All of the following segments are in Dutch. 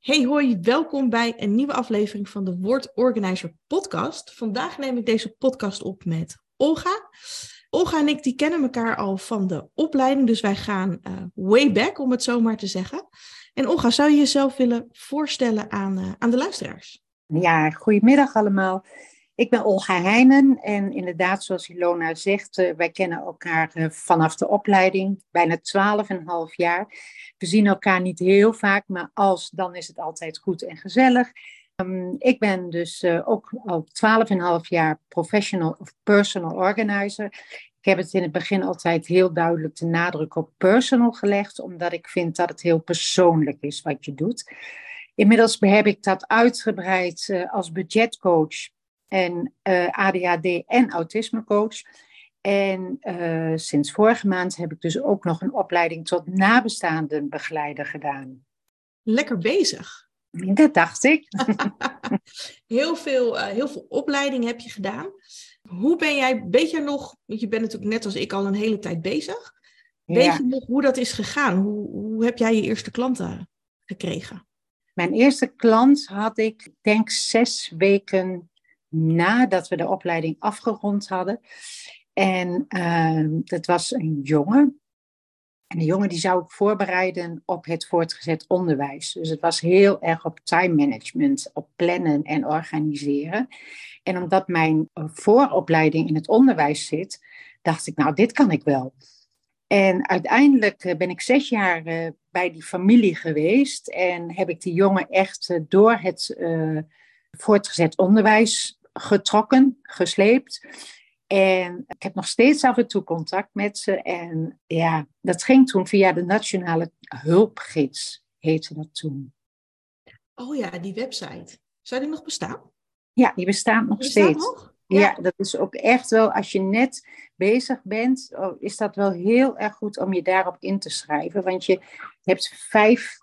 Hey hoi, welkom bij een nieuwe aflevering van de Word Organizer podcast. Vandaag neem ik deze podcast op met Olga. Olga en ik die kennen elkaar al van de opleiding, dus wij gaan way back, om het zo maar te zeggen. En Olga, zou je jezelf willen voorstellen aan de luisteraars? Ja, goedemiddag allemaal. Ik ben Olga Heijnen en inderdaad, zoals Ilona zegt, wij kennen elkaar vanaf de opleiding, bijna 12,5 jaar. We zien elkaar niet heel vaak, maar dan is het altijd goed en gezellig. Ik ben dus ook al 12,5 jaar professional of personal organizer. Ik heb het in het begin altijd heel duidelijk de nadruk op personal gelegd, omdat ik vind dat het heel persoonlijk is wat je doet. Inmiddels heb ik dat uitgebreid als budgetcoach en ADHD en autismecoach. En sinds vorige maand heb ik dus ook nog een opleiding tot nabestaandenbegeleider gedaan. Lekker bezig. Dat dacht ik. Heel veel opleiding heb je gedaan. Hoe ben jij, weet je nog, want je bent natuurlijk net als ik al een hele tijd bezig. Weet je nog hoe dat is gegaan? Hoe heb jij je eerste klanten gekregen? Mijn eerste klant had ik, denk 6 weken nadat we de opleiding afgerond hadden. En dat was een jongen. En de jongen die zou ik voorbereiden op het voortgezet onderwijs. Dus het was heel erg op time management, op plannen en organiseren. En omdat mijn vooropleiding in het onderwijs zit, dacht ik, nou, dit kan ik wel. En uiteindelijk ben ik 6 jaar bij die familie geweest en heb ik die jongen echt door het voortgezet onderwijs getrokken, gesleept. En ik heb nog steeds af en toe contact met ze. En ja, dat ging toen via de Nationale Hulpgids, heette dat toen. Oh ja, die website. Zou die nog bestaan? Ja, die bestaat nog steeds. Nog? Ja, dat is ook echt wel, als je net bezig bent, is dat wel heel erg goed om je daarop in te schrijven. Want je hebt 5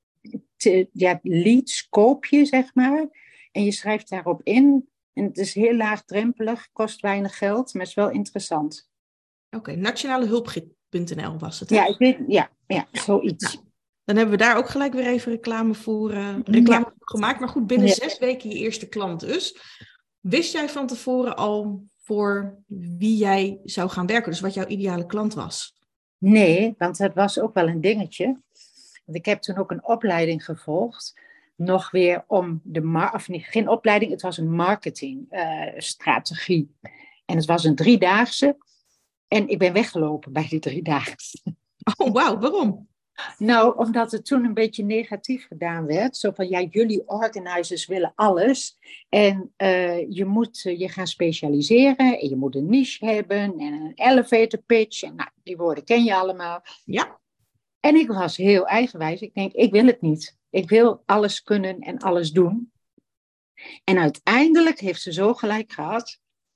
leads, koop je, zeg maar. En je schrijft daarop in. En het is heel laagdrempelig, kost weinig geld, maar is wel interessant. Oké, nationalehulpgids.nl was het, hè? Ja, ik weet, ja, zoiets. Nou, dan hebben we daar ook gelijk weer even reclame voor gemaakt. Maar goed, binnen 6 weken je eerste klant dus. Wist jij van tevoren al voor wie jij zou gaan werken? Dus wat jouw ideale klant was? Nee, want dat was ook wel een dingetje. Want ik heb toen ook een opleiding gevolgd. Nog weer om geen opleiding, het was een marketingstrategie. En het was een 3-daagse. En ik ben weggelopen bij die 3-daagse. Oh, wauw, waarom? Nou, omdat het toen een beetje negatief gedaan werd. Zo van, ja, jullie organizers willen alles. En je moet je gaan specialiseren. En je moet een niche hebben. En een elevator pitch. En nou, die woorden ken je allemaal. Ja. En ik was heel eigenwijs. Ik denk, ik wil het niet. Ik wil alles kunnen en alles doen. En uiteindelijk heeft ze zo gelijk gehad.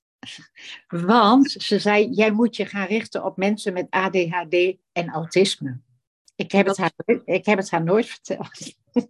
Want ze zei, jij moet je gaan richten op mensen met ADHD en autisme. Ik heb het haar nooit verteld.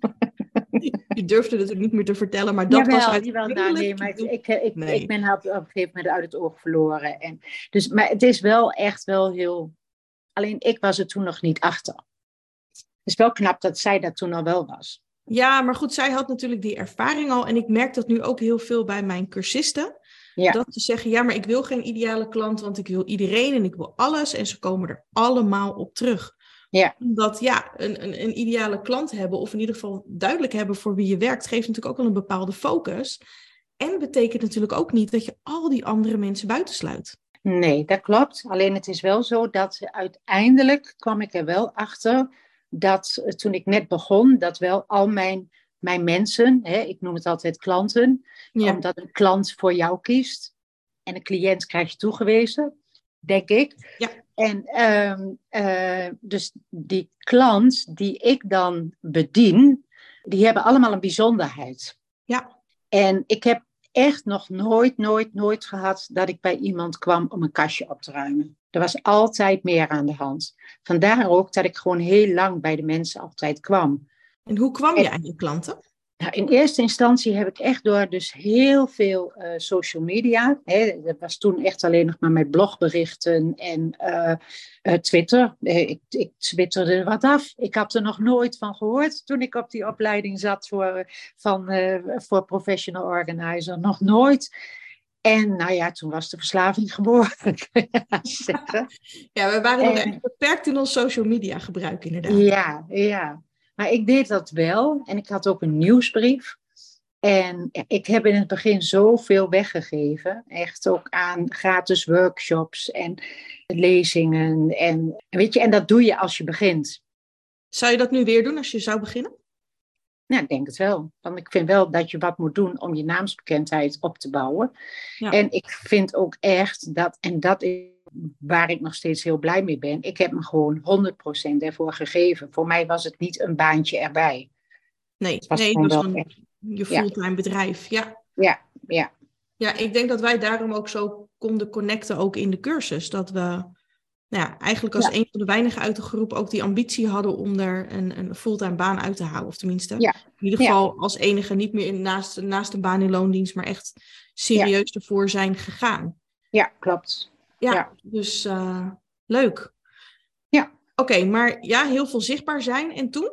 Je durfde het ook niet meer te vertellen, maar dat was uiteindelijk... Ik ben haar op een gegeven moment uit het oog verloren. Maar het is wel echt wel heel... Alleen ik was er toen nog niet achter. Het is wel knap dat zij dat toen al wel was. Ja, maar goed, zij had natuurlijk die ervaring al. En ik merk dat nu ook heel veel bij mijn cursisten. Ja. Dat ze zeggen, ja, maar ik wil geen ideale klant, want ik wil iedereen en ik wil alles. En ze komen er allemaal op terug. Ja. Omdat een ideale klant hebben, of in ieder geval duidelijk hebben voor wie je werkt, geeft natuurlijk ook wel een bepaalde focus. En betekent natuurlijk ook niet dat je al die andere mensen buitensluit. Nee, dat klopt. Alleen het is wel zo dat uiteindelijk kwam ik er wel achter dat toen ik net begon, dat wel al mijn mensen, ik noem het altijd klanten, omdat een klant voor jou kiest en een cliënt krijg je toegewezen, denk ik. Ja. En dus die klant die ik dan bedien, die hebben allemaal een bijzonderheid. Ja. En ik heb echt nog nooit gehad dat ik bij iemand kwam om een kastje op te ruimen. Er was altijd meer aan de hand. Vandaar ook dat ik gewoon heel lang bij de mensen altijd kwam. En hoe kwam je aan je klanten? Nou, in eerste instantie heb ik echt door dus heel veel social media. Dat was toen echt alleen nog maar met blogberichten en Twitter. Ik twitterde er wat af. Ik had er nog nooit van gehoord toen ik op die opleiding zat voor Professional Organizer. Nog nooit. En nou ja, toen was de verslaving geboren. Ja, we waren nog echt beperkt in ons social media gebruik, inderdaad. Ja, ja. Maar ik deed dat wel. En ik had ook een nieuwsbrief. En ik heb in het begin zoveel weggegeven. Echt ook aan gratis workshops en lezingen. En, weet je, en dat doe je als je begint. Zou je dat nu weer doen als je zou beginnen? Nou, ik denk het wel. Want ik vind wel dat je wat moet doen om je naamsbekendheid op te bouwen. Ja. En ik vind ook echt dat, en dat is waar ik nog steeds heel blij mee ben. Ik heb me gewoon 100% ervoor gegeven. Voor mij was het niet een baantje erbij. Nee, het was je fulltime bedrijf. Ja. Ja, ja. Ja, ik denk dat wij daarom ook zo konden connecten ook in de cursus. Dat we eigenlijk als een van de weinigen uit de groep ook die ambitie hadden om er een fulltime baan uit te halen. Of tenminste, in ieder geval als enige niet meer naast een baan in loondienst, maar echt serieus ervoor zijn gegaan. Ja, klopt. Ja. Dus leuk. Ja. Oké, maar heel veel zichtbaar zijn. En toen?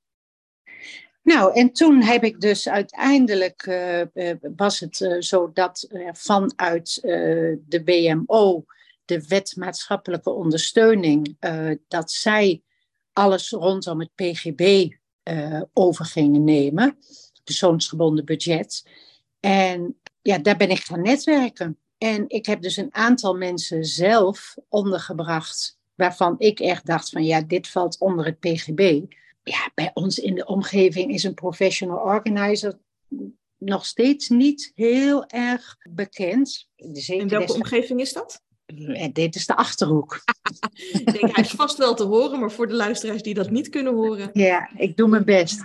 Nou, en toen heb ik dus uiteindelijk, was het zo dat vanuit de WMO, de Wet Maatschappelijke Ondersteuning, dat zij alles rondom het PGB over gingen nemen, persoonsgebonden budget. En ja, daar ben ik gaan netwerken. En ik heb dus een aantal mensen zelf ondergebracht, waarvan ik echt dacht van ja, dit valt onder het PGB. Ja, bij ons in de omgeving is een professional organizer nog steeds niet heel erg bekend. In welke omgeving is dat? Dit is de Achterhoek. Ik denk, hij is vast wel te horen, maar voor de luisteraars die dat niet kunnen horen. Ja, ik doe mijn best.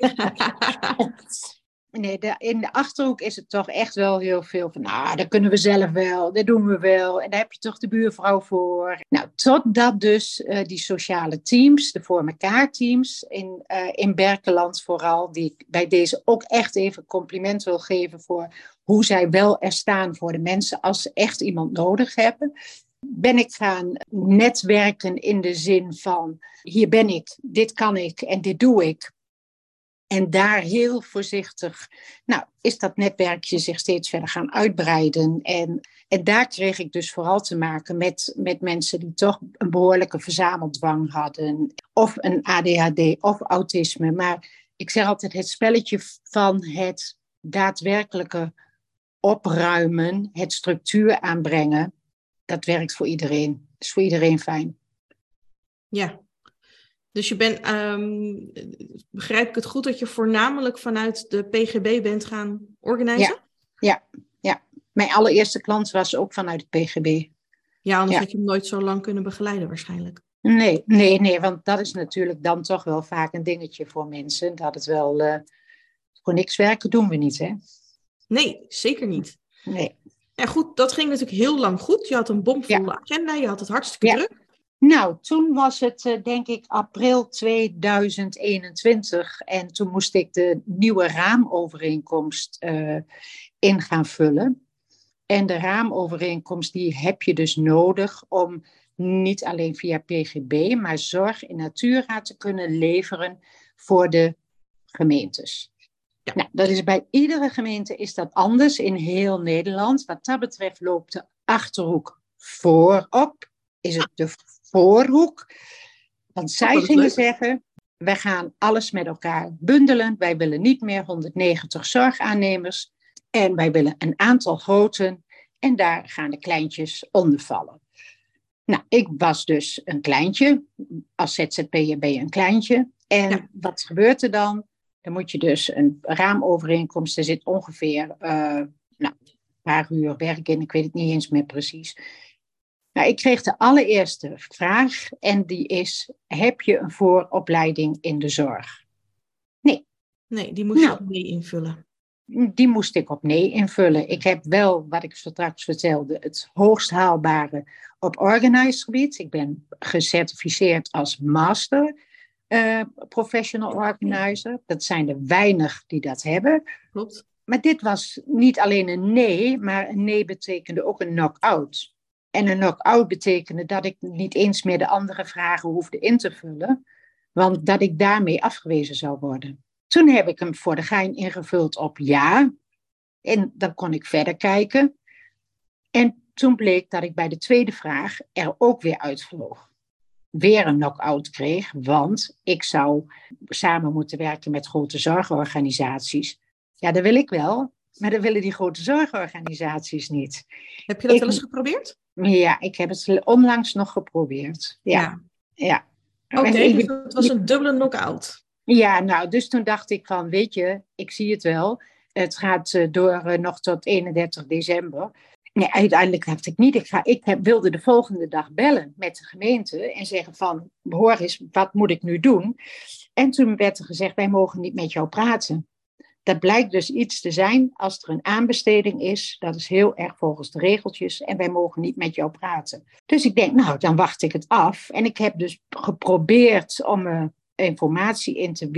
Nee, in de Achterhoek is het toch echt wel heel veel van, nou, dat kunnen we zelf wel, dat doen we wel. En daar heb je toch de buurvrouw voor. Nou, totdat dus die sociale teams, de voor elkaar teams in Berkeland vooral, die ik bij deze ook echt even compliment wil geven voor hoe zij wel er staan voor de mensen als ze echt iemand nodig hebben. Ben ik gaan netwerken in de zin van, hier ben ik, dit kan ik en dit doe ik. En daar heel voorzichtig, is dat netwerkje zich steeds verder gaan uitbreiden. En daar kreeg ik dus vooral te maken met mensen die toch een behoorlijke verzameldwang hadden. Of een ADHD of autisme. Maar ik zeg altijd, het spelletje van het daadwerkelijke opruimen, het structuur aanbrengen, dat werkt voor iedereen. Dat is voor iedereen fijn. Ja. Dus je bent, begrijp ik het goed, dat je voornamelijk vanuit de PGB bent gaan organiseren? Ja. Mijn allereerste klant was ook vanuit het PGB. Ja, anders had je hem nooit zo lang kunnen begeleiden waarschijnlijk. Nee, want dat is natuurlijk dan toch wel vaak een dingetje voor mensen. Dat het wel, voor niks werken doen we niet, hè? Nee, zeker niet. Nee. En goed, dat ging natuurlijk heel lang goed. Je had een bomvolle agenda, je had het hartstikke druk. Nou, toen was het denk ik april 2021 en toen moest ik de nieuwe raamovereenkomst in gaan vullen. En de raamovereenkomst die heb je dus nodig om niet alleen via PGB, maar zorg in natura te kunnen leveren voor de gemeentes. Ja. Nou, dat is bij iedere gemeente is dat anders in heel Nederland. Wat dat betreft loopt de Achterhoek voorop. Is het de Voorhoek? Want zij gingen zeggen, wij gaan alles met elkaar bundelen. Wij willen niet meer 190 zorgaannemers. En wij willen een aantal groten. En daar gaan de kleintjes onder vallen. Nou, ik was dus een kleintje. Als ZZP'er ben je een kleintje. En wat gebeurt er dan? Dan moet je dus een raamovereenkomst. Er zit ongeveer een paar uur werk in. Ik weet het niet eens meer precies. Nou, ik kreeg de allereerste vraag en die is, heb je een vooropleiding in de zorg? Nee. Nee, die moest je op nee invullen. Die moest ik op nee invullen. Ik heb wel, wat ik straks vertelde, het hoogst haalbare op organized gebied. Ik ben gecertificeerd als master professional organizer. Dat zijn er weinig die dat hebben. Klopt. Maar dit was niet alleen een nee, maar een nee betekende ook een knock-out. En een knock-out betekende dat ik niet eens meer de andere vragen hoefde in te vullen, want dat ik daarmee afgewezen zou worden. Toen heb ik hem voor de gein ingevuld op ja. En dan kon ik verder kijken. En toen bleek dat ik bij de tweede vraag er ook weer uitvloog. Weer een knock-out kreeg, want ik zou samen moeten werken met grote zorgorganisaties. Ja, dat wil ik wel, maar dat willen die grote zorgorganisaties niet. Heb je dat wel eens geprobeerd? Ja, ik heb het onlangs nog geprobeerd. Ja. Oké, dus het was een dubbele knock-out. Ja, nou, dus toen dacht ik van, weet je, ik zie het wel. Het gaat door nog tot 31 december. Nee, uiteindelijk dacht ik niet. Ik wilde de volgende dag bellen met de gemeente en zeggen van, hoor eens, wat moet ik nu doen? En toen werd er gezegd, wij mogen niet met jou praten. Dat blijkt dus iets te zijn als er een aanbesteding is. Dat is heel erg volgens de regeltjes. En wij mogen niet met jou praten. Dus ik denk, nou, dan wacht ik het af. En ik heb dus geprobeerd om informatie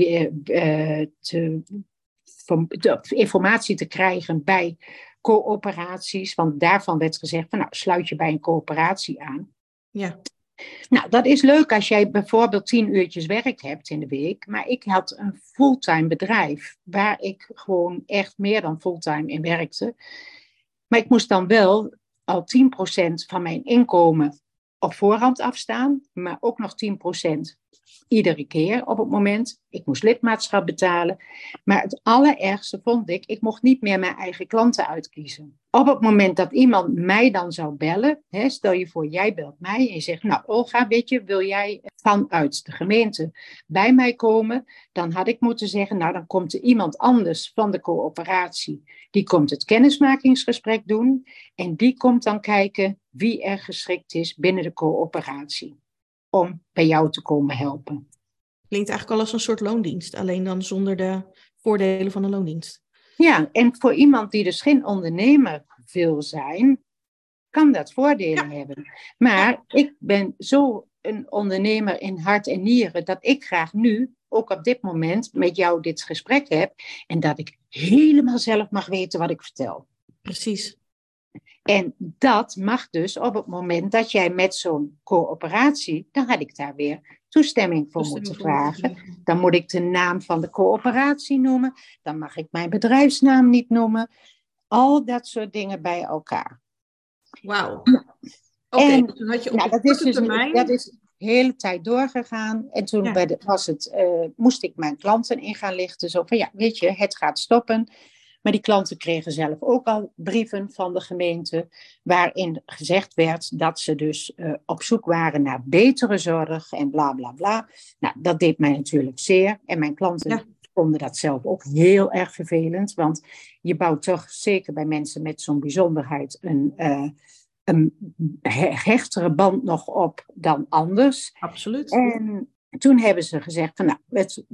informatie te krijgen bij coöperaties. Want daarvan werd gezegd van, nou, sluit je bij een coöperatie aan. Ja. Nou, dat is leuk als jij bijvoorbeeld 10 uurtjes werk hebt in de week. Maar ik had een fulltime bedrijf waar ik gewoon echt meer dan fulltime in werkte. Maar ik moest dan wel al 10% van mijn inkomen op voorhand afstaan. Maar ook nog 10% iedere keer op het moment. Ik moest lidmaatschap betalen. Maar het allerergste vond ik mocht niet meer mijn eigen klanten uitkiezen. Op het moment dat iemand mij dan zou bellen, stel je voor, jij belt mij en je zegt, nou Olga, weet je, wil jij vanuit de gemeente bij mij komen? Dan had ik moeten zeggen, nou dan komt er iemand anders van de coöperatie. Die komt het kennismakingsgesprek doen en die komt dan kijken wie er geschikt is binnen de coöperatie om bij jou te komen helpen. Klinkt eigenlijk al als een soort loondienst, alleen dan zonder de voordelen van een loondienst. Ja, en voor iemand die dus geen ondernemer wil zijn, kan dat voordelen hebben. Maar ik ben zo een ondernemer in hart en nieren, dat ik graag nu, ook op dit moment, met jou dit gesprek heb en dat ik helemaal zelf mag weten wat ik vertel. Precies. En dat mag dus op het moment dat jij met zo'n coöperatie, dan had ik daar weer toestemming voor moeten vragen. Dan moet ik de naam van de coöperatie noemen. Dan mag ik mijn bedrijfsnaam niet noemen. Al dat soort dingen bij elkaar. Wauw. Oké, dus toen had je op de korte termijn... Dat is de hele tijd doorgegaan. En toen moest ik mijn klanten in gaan lichten. Zo van, ja, weet je, het gaat stoppen. Maar die klanten kregen zelf ook al brieven van de gemeente waarin gezegd werd dat ze dus op zoek waren naar betere zorg en bla bla bla. Nou, dat deed mij natuurlijk zeer. En mijn klanten vonden dat zelf ook heel erg vervelend. Want je bouwt toch zeker bij mensen met zo'n bijzonderheid een hechtere band nog op dan anders. Absoluut. En toen hebben ze gezegd van nou,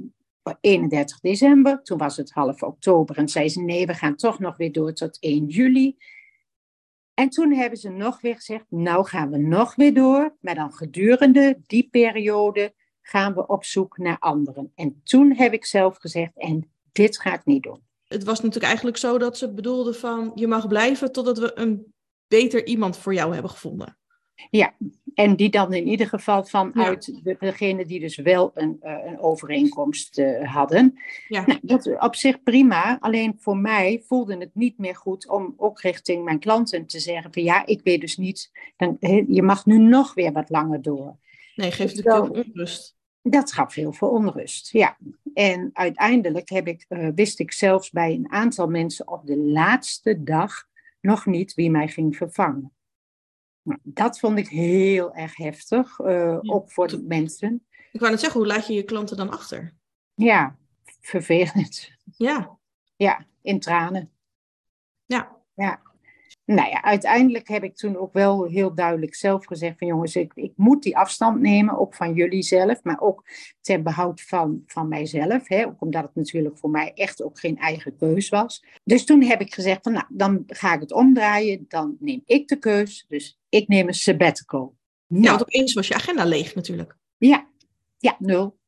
31 december, toen was het half oktober en zei ze nee, we gaan toch nog weer door tot 1 juli. En toen hebben ze nog weer gezegd, nou gaan we nog weer door, maar dan gedurende die periode gaan we op zoek naar anderen. En toen heb ik zelf gezegd, en dit ga ik niet doen. Het was natuurlijk eigenlijk zo dat ze bedoelden van, je mag blijven totdat we een beter iemand voor jou hebben gevonden. Ja, en die dan in ieder geval vanuit degene die dus wel een overeenkomst hadden. Ja. Nou, dat op zich prima, alleen voor mij voelde het niet meer goed om ook richting mijn klanten te zeggen van ja, ik weet dus niet, je mag nu nog weer wat langer door. Nee, geeft natuurlijk heel veel onrust. Dat gaf heel veel onrust, ja. En uiteindelijk wist ik zelfs bij een aantal mensen op de laatste dag nog niet wie mij ging vervangen. Nou, dat vond ik heel erg heftig, ook voor de mensen. Ik wou net zeggen, hoe laat je je klanten dan achter? Ja, vervelend. Ja. Ja, in tranen. Ja. Nou ja, uiteindelijk heb ik toen ook wel heel duidelijk zelf gezegd van jongens, ik moet die afstand nemen, ook van jullie zelf, maar ook ten behoud van mijzelf. Ook omdat het natuurlijk voor mij echt ook geen eigen keus was. Dus toen heb ik gezegd van nou, dan ga ik het omdraaien, dan neem ik de keus. Dus ik neem een sabbatical. Nou, want opeens was je agenda leeg natuurlijk. Ja, 0.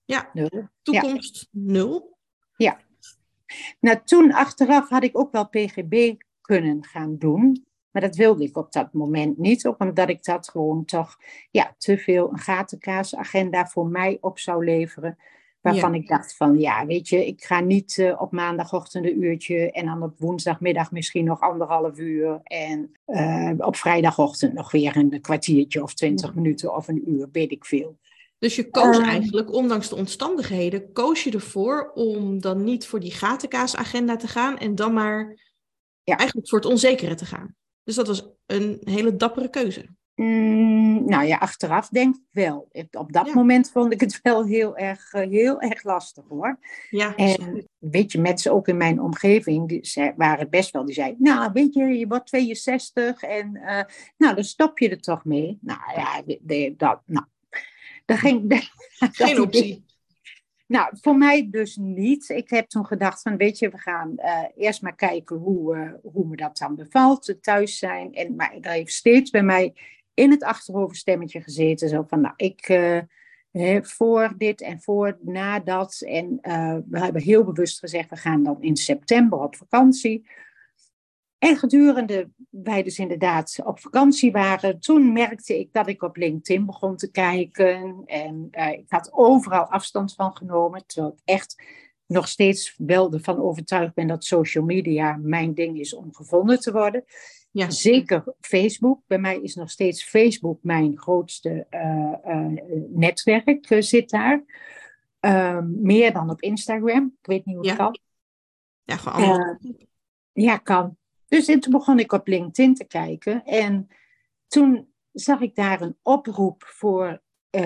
Ja, 0. toekomst 0. Ja. Nou, toen achteraf had ik ook wel PGB kunnen gaan doen. Maar dat wilde ik op dat moment niet. Ook omdat ik dat gewoon toch te veel een gatenkaasagenda voor mij op zou leveren. Waarvan ik dacht van, weet je, ik ga niet op maandagochtend een uurtje. En dan op woensdagmiddag misschien nog 1,5 uur. En op vrijdagochtend nog weer een kwartiertje of 20 minuten of een uur, weet ik veel. Dus je koos eigenlijk, ondanks de omstandigheden, koos je ervoor om dan niet voor die gatenkaasagenda te gaan en dan maar eigenlijk voor het onzekere te gaan. Dus dat was een hele dappere keuze. Nou ja, achteraf denk ik wel. Op dat moment vond ik het wel heel erg lastig hoor. Ja, en weet je, mensen ook in mijn omgeving, die waren best wel, die zeiden, nou weet je wordt 62 en nou dan stop je er toch mee. Nou ja, dat ging... Geen optie. Nou, voor mij dus niet. Ik heb toen gedacht van, weet je, we gaan eerst maar kijken hoe me dat dan bevalt, thuis zijn. Maar er heeft steeds bij mij in het achterhoofd stemmetje gezeten. Zo van, nou, ik voor dit en voor na dat. En we hebben heel bewust gezegd, we gaan dan in september op vakantie. En gedurende wij dus inderdaad op vakantie waren, toen merkte ik dat ik op LinkedIn begon te kijken. En ik had overal afstand van genomen, terwijl ik echt nog steeds wel ervan overtuigd ben dat social media mijn ding is om gevonden te worden. Ja. Zeker Facebook. Bij mij is nog steeds Facebook mijn grootste netwerk, zit daar. Meer dan op Instagram. Ik weet niet hoe het kan. Ja, gewoon ja, kan. Dus toen begon ik op LinkedIn te kijken. En toen zag ik daar een oproep voor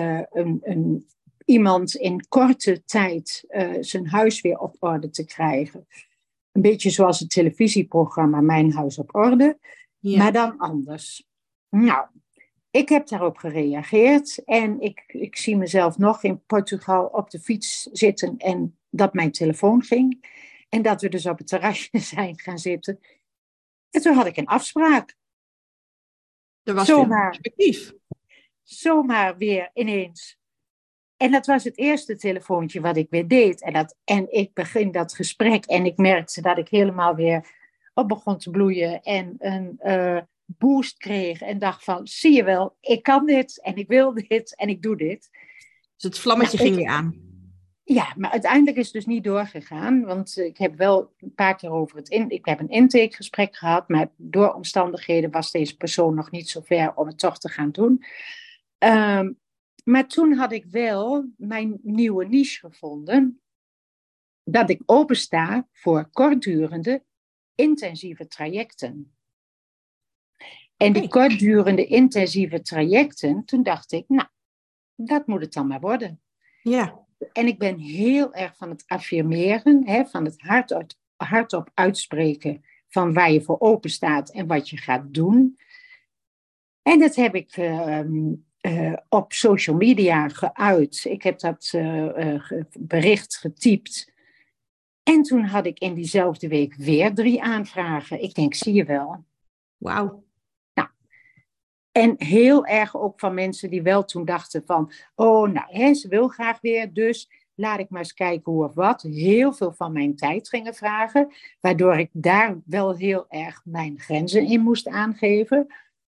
iemand in korte tijd zijn huis weer op orde te krijgen. Een beetje zoals het televisieprogramma Mijn Huis op Orde. Ja. Maar dan anders. Nou, ik heb daarop gereageerd. En ik zie mezelf nog in Portugal op de fiets zitten. En dat mijn telefoon ging. En dat we dus op het terrasje zijn gaan zitten. En toen had ik een afspraak. Er was zomaar perspectief. Zomaar weer ineens. En dat was het eerste telefoontje wat ik weer deed. En ik begin dat gesprek en ik merkte dat ik helemaal weer op begon te bloeien. En een boost kreeg en dacht van, zie je wel, ik kan dit en ik wil dit en ik doe dit. Dus het vlammetje ging weer aan. Ja, maar uiteindelijk is het dus niet doorgegaan. Want ik heb wel een paar keer ik heb een intakegesprek gehad. Maar door omstandigheden was deze persoon nog niet zo ver om het toch te gaan doen. Maar toen had ik wel mijn nieuwe niche gevonden. Dat ik opensta voor kortdurende, intensieve trajecten. En die kortdurende, intensieve trajecten, toen dacht ik, nou, dat moet het dan maar worden. Ja. En ik ben heel erg van het affirmeren, van het hardop uitspreken van waar je voor open staat en wat je gaat doen. En dat heb ik op social media geuit. Ik heb dat bericht getypt. En toen had ik in diezelfde week weer 3 aanvragen. Ik denk, zie je wel. Wauw. En heel erg ook van mensen die wel toen dachten van, ze wil graag weer, dus laat ik maar eens kijken hoe of wat. Heel veel van mijn tijd gingen vragen, waardoor ik daar wel heel erg mijn grenzen in moest aangeven.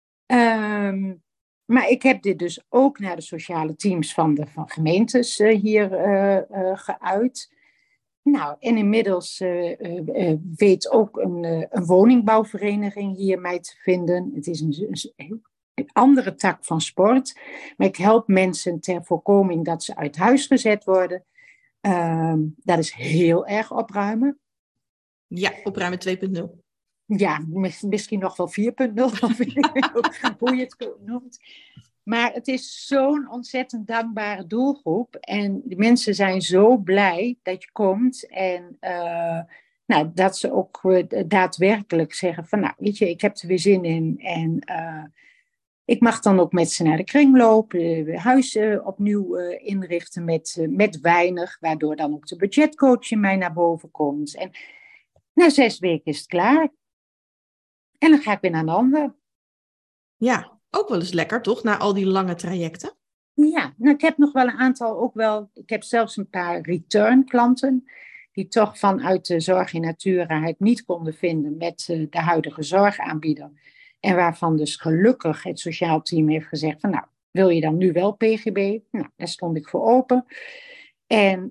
Maar ik heb dit dus ook naar de sociale teams van gemeentes hier geuit. Nou, en inmiddels weet ook een woningbouwvereniging hier mij te vinden. Het is een andere tak van sport. Maar ik help mensen ter voorkoming dat ze uit huis gezet worden. Dat is heel erg opruimen. Ja, opruimen 2.0. Ja, misschien nog wel 4.0. Hoe je het noemt. Maar het is zo'n ontzettend dankbare doelgroep. En de mensen zijn zo blij dat je komt. En dat ze ook daadwerkelijk zeggen van, nou, weet je, ik heb er weer zin in. En ik mag dan ook met ze naar de kringloop, huis opnieuw inrichten met weinig, waardoor dan ook de budgetcoach in mij naar boven komt. En na 6 weken is het klaar. En dan ga ik weer naar een ander. Ja, ook wel eens lekker, toch? Na al die lange trajecten. Ja, nou, ik heb nog wel een aantal, ook wel, ik heb zelfs een paar return klanten die toch vanuit de zorg in natura het niet konden vinden met de huidige zorgaanbieder. En waarvan dus gelukkig het sociaal team heeft gezegd van nou, wil je dan nu wel PGB? Nou, daar stond ik voor open. En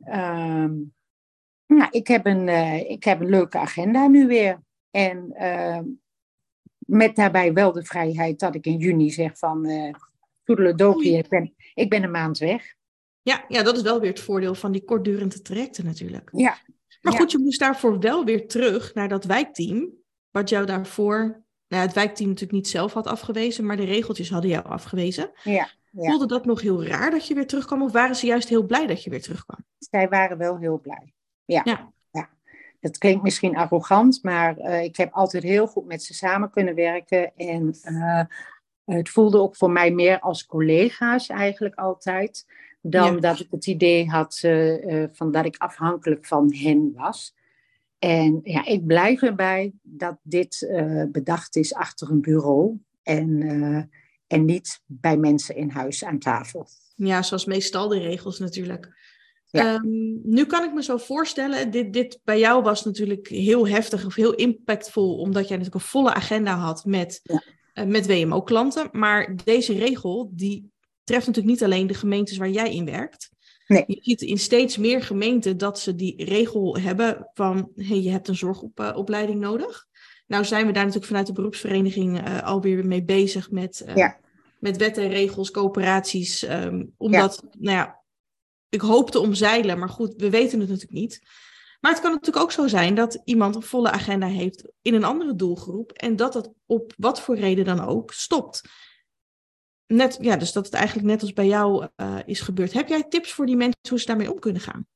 nou, ik heb een leuke agenda nu weer. En met daarbij wel de vrijheid dat ik in juni zeg van toedeledokie, ik ben een maand weg. Ja, dat is wel weer het voordeel van die kortdurende trajecten natuurlijk. Ja. Maar goed, je moest daarvoor wel weer terug naar dat wijkteam, wat jou daarvoor, het wijkteam natuurlijk niet zelf had afgewezen, maar de regeltjes hadden jou afgewezen. Ja. Voelde dat nog heel raar dat je weer terugkwam, of waren ze juist heel blij dat je weer terugkwam? Zij waren wel heel blij. Ja. Dat klinkt misschien arrogant, maar ik heb altijd heel goed met ze samen kunnen werken. En het voelde ook voor mij meer als collega's eigenlijk altijd, dan dat ik het idee had van dat ik afhankelijk van hen was. En ja, ik blijf erbij dat dit bedacht is achter een bureau en niet bij mensen in huis aan tafel. Ja, zoals meestal de regels natuurlijk. Ja. Nu kan ik me zo voorstellen, dit bij jou was natuurlijk heel heftig of heel impactvol, omdat jij natuurlijk een volle agenda had met WMO-klanten. Maar deze regel, die treft natuurlijk niet alleen de gemeentes waar jij in werkt. Nee. Je ziet in steeds meer gemeenten dat ze die regel hebben van, je hebt een zorgopleiding nodig. Nou zijn we daar natuurlijk vanuit de beroepsvereniging alweer mee bezig met wet en regels, coöperaties. Omdat, ik hoop te omzeilen, maar goed, we weten het natuurlijk niet. Maar het kan natuurlijk ook zo zijn dat iemand een volle agenda heeft in een andere doelgroep en dat het op wat voor reden dan ook stopt. Dus dat het eigenlijk net als bij jou is gebeurd. Heb jij tips voor die mensen hoe ze daarmee om kunnen gaan?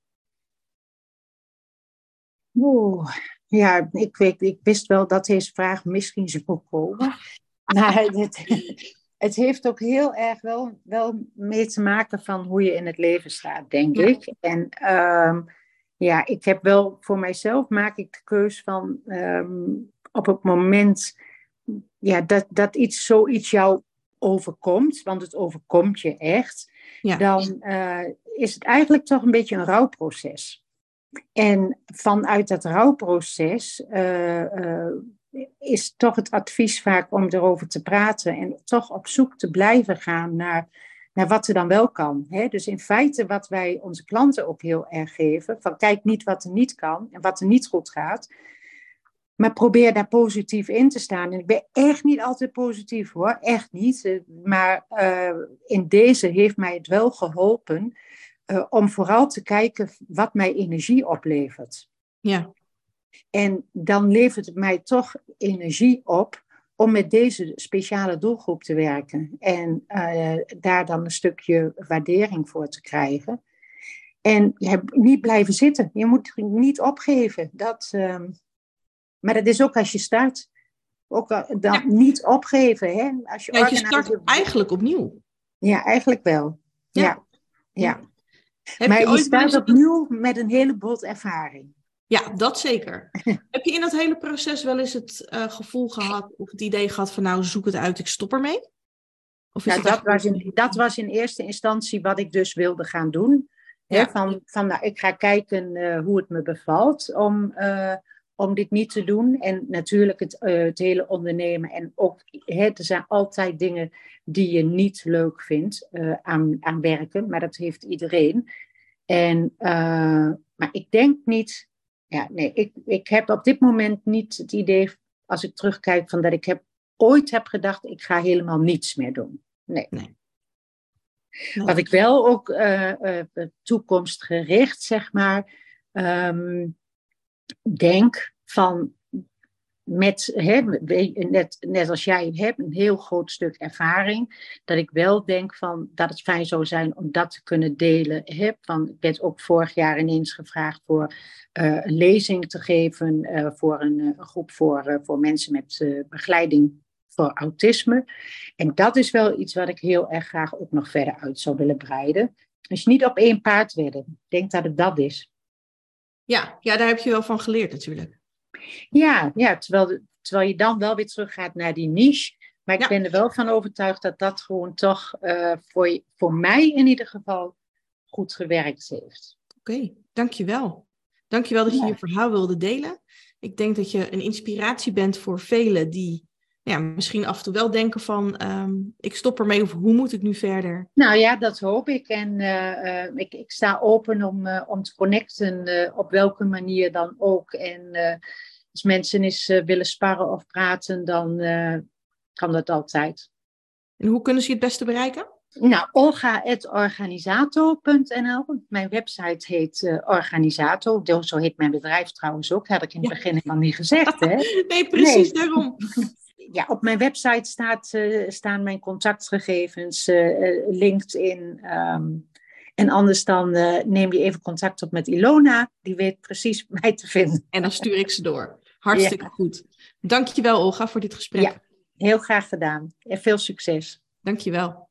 Ja, ik wist wel dat deze vraag misschien zou komen. Maar het heeft ook heel erg wel mee te maken van hoe je in het leven staat, denk ik. En ik heb wel voor mijzelf maak ik de keus van op het moment dat zoiets jou overkomt, want het overkomt je echt, dan is het eigenlijk toch een beetje een rouwproces. En vanuit dat rouwproces is toch het advies vaak om erover te praten en toch op zoek te blijven gaan naar wat er dan wel kan. Hè? Dus in feite wat wij onze klanten ook heel erg geven, van kijk niet wat er niet kan en wat er niet goed gaat, maar probeer daar positief in te staan. En ik ben echt niet altijd positief hoor, echt niet. Maar in deze heeft mij het wel geholpen om vooral te kijken wat mij energie oplevert. Ja. En dan levert het mij toch energie op om met deze speciale doelgroep te werken. En daar dan een stukje waardering voor te krijgen. En niet blijven zitten. Je moet niet opgeven. Maar dat is ook als je start. Ook niet opgeven. Hè? Als je start eigenlijk opnieuw. Ja, eigenlijk wel. Ja. Maar je start opnieuw met een heleboel ervaring. Ja, dat zeker. Heb je in dat hele proces wel eens het gevoel gehad of het idee gehad van nou zoek het uit, ik stop ermee? Of is dat was in eerste instantie wat ik dus wilde gaan doen. Ja. Hè, ik ga kijken hoe het me bevalt om dit niet te doen. En natuurlijk het hele ondernemen. En ook, er zijn altijd dingen die je niet leuk vindt aan werken. Maar dat heeft iedereen. Maar ik denk niet... Ik heb op dit moment niet het idee, als ik terugkijk, van dat ik ooit heb gedacht, ik ga helemaal niets meer doen. Nee. Wat ik wel ook toekomstgericht, zeg maar, denk van, net als jij hebt een heel groot stuk ervaring, dat ik wel denk van dat het fijn zou zijn om dat te kunnen delen. Ik werd ook vorig jaar ineens gevraagd voor een lezing te geven voor een groep voor mensen met begeleiding voor autisme. En dat is wel iets wat ik heel erg graag ook nog verder uit zou willen breiden. Dus niet op één paard wedden. Ik denk dat het dat is. Ja, daar heb je wel van geleerd natuurlijk. Ja, terwijl je dan wel weer teruggaat naar die niche. Maar ik ben er wel van overtuigd dat dat gewoon toch voor mij in ieder geval goed gewerkt heeft. Oké, dankjewel. Dankjewel dat je je verhaal wilde delen. Ik denk dat je een inspiratie bent voor velen die misschien af en toe wel denken van ik stop ermee of hoe moet ik nu verder? Nou ja, dat hoop ik. En ik sta open om te connecten op welke manier dan ook. En als mensen eens willen sparren of praten, dan kan dat altijd. En hoe kunnen ze je het beste bereiken? Nou, olga@organisator.nl. Mijn website heet Organisator. Zo heet mijn bedrijf trouwens ook. Had ik in het begin helemaal niet gezegd. Hè? Nee, precies daarom. Ja, op mijn website staan mijn contactgegevens, LinkedIn. En anders dan neem je even contact op met Ilona. Die weet precies mij te vinden. En dan stuur ik ze door. Hartstikke goed. Dankjewel Olga voor dit gesprek. Ja, heel graag gedaan. En veel succes. Dankjewel.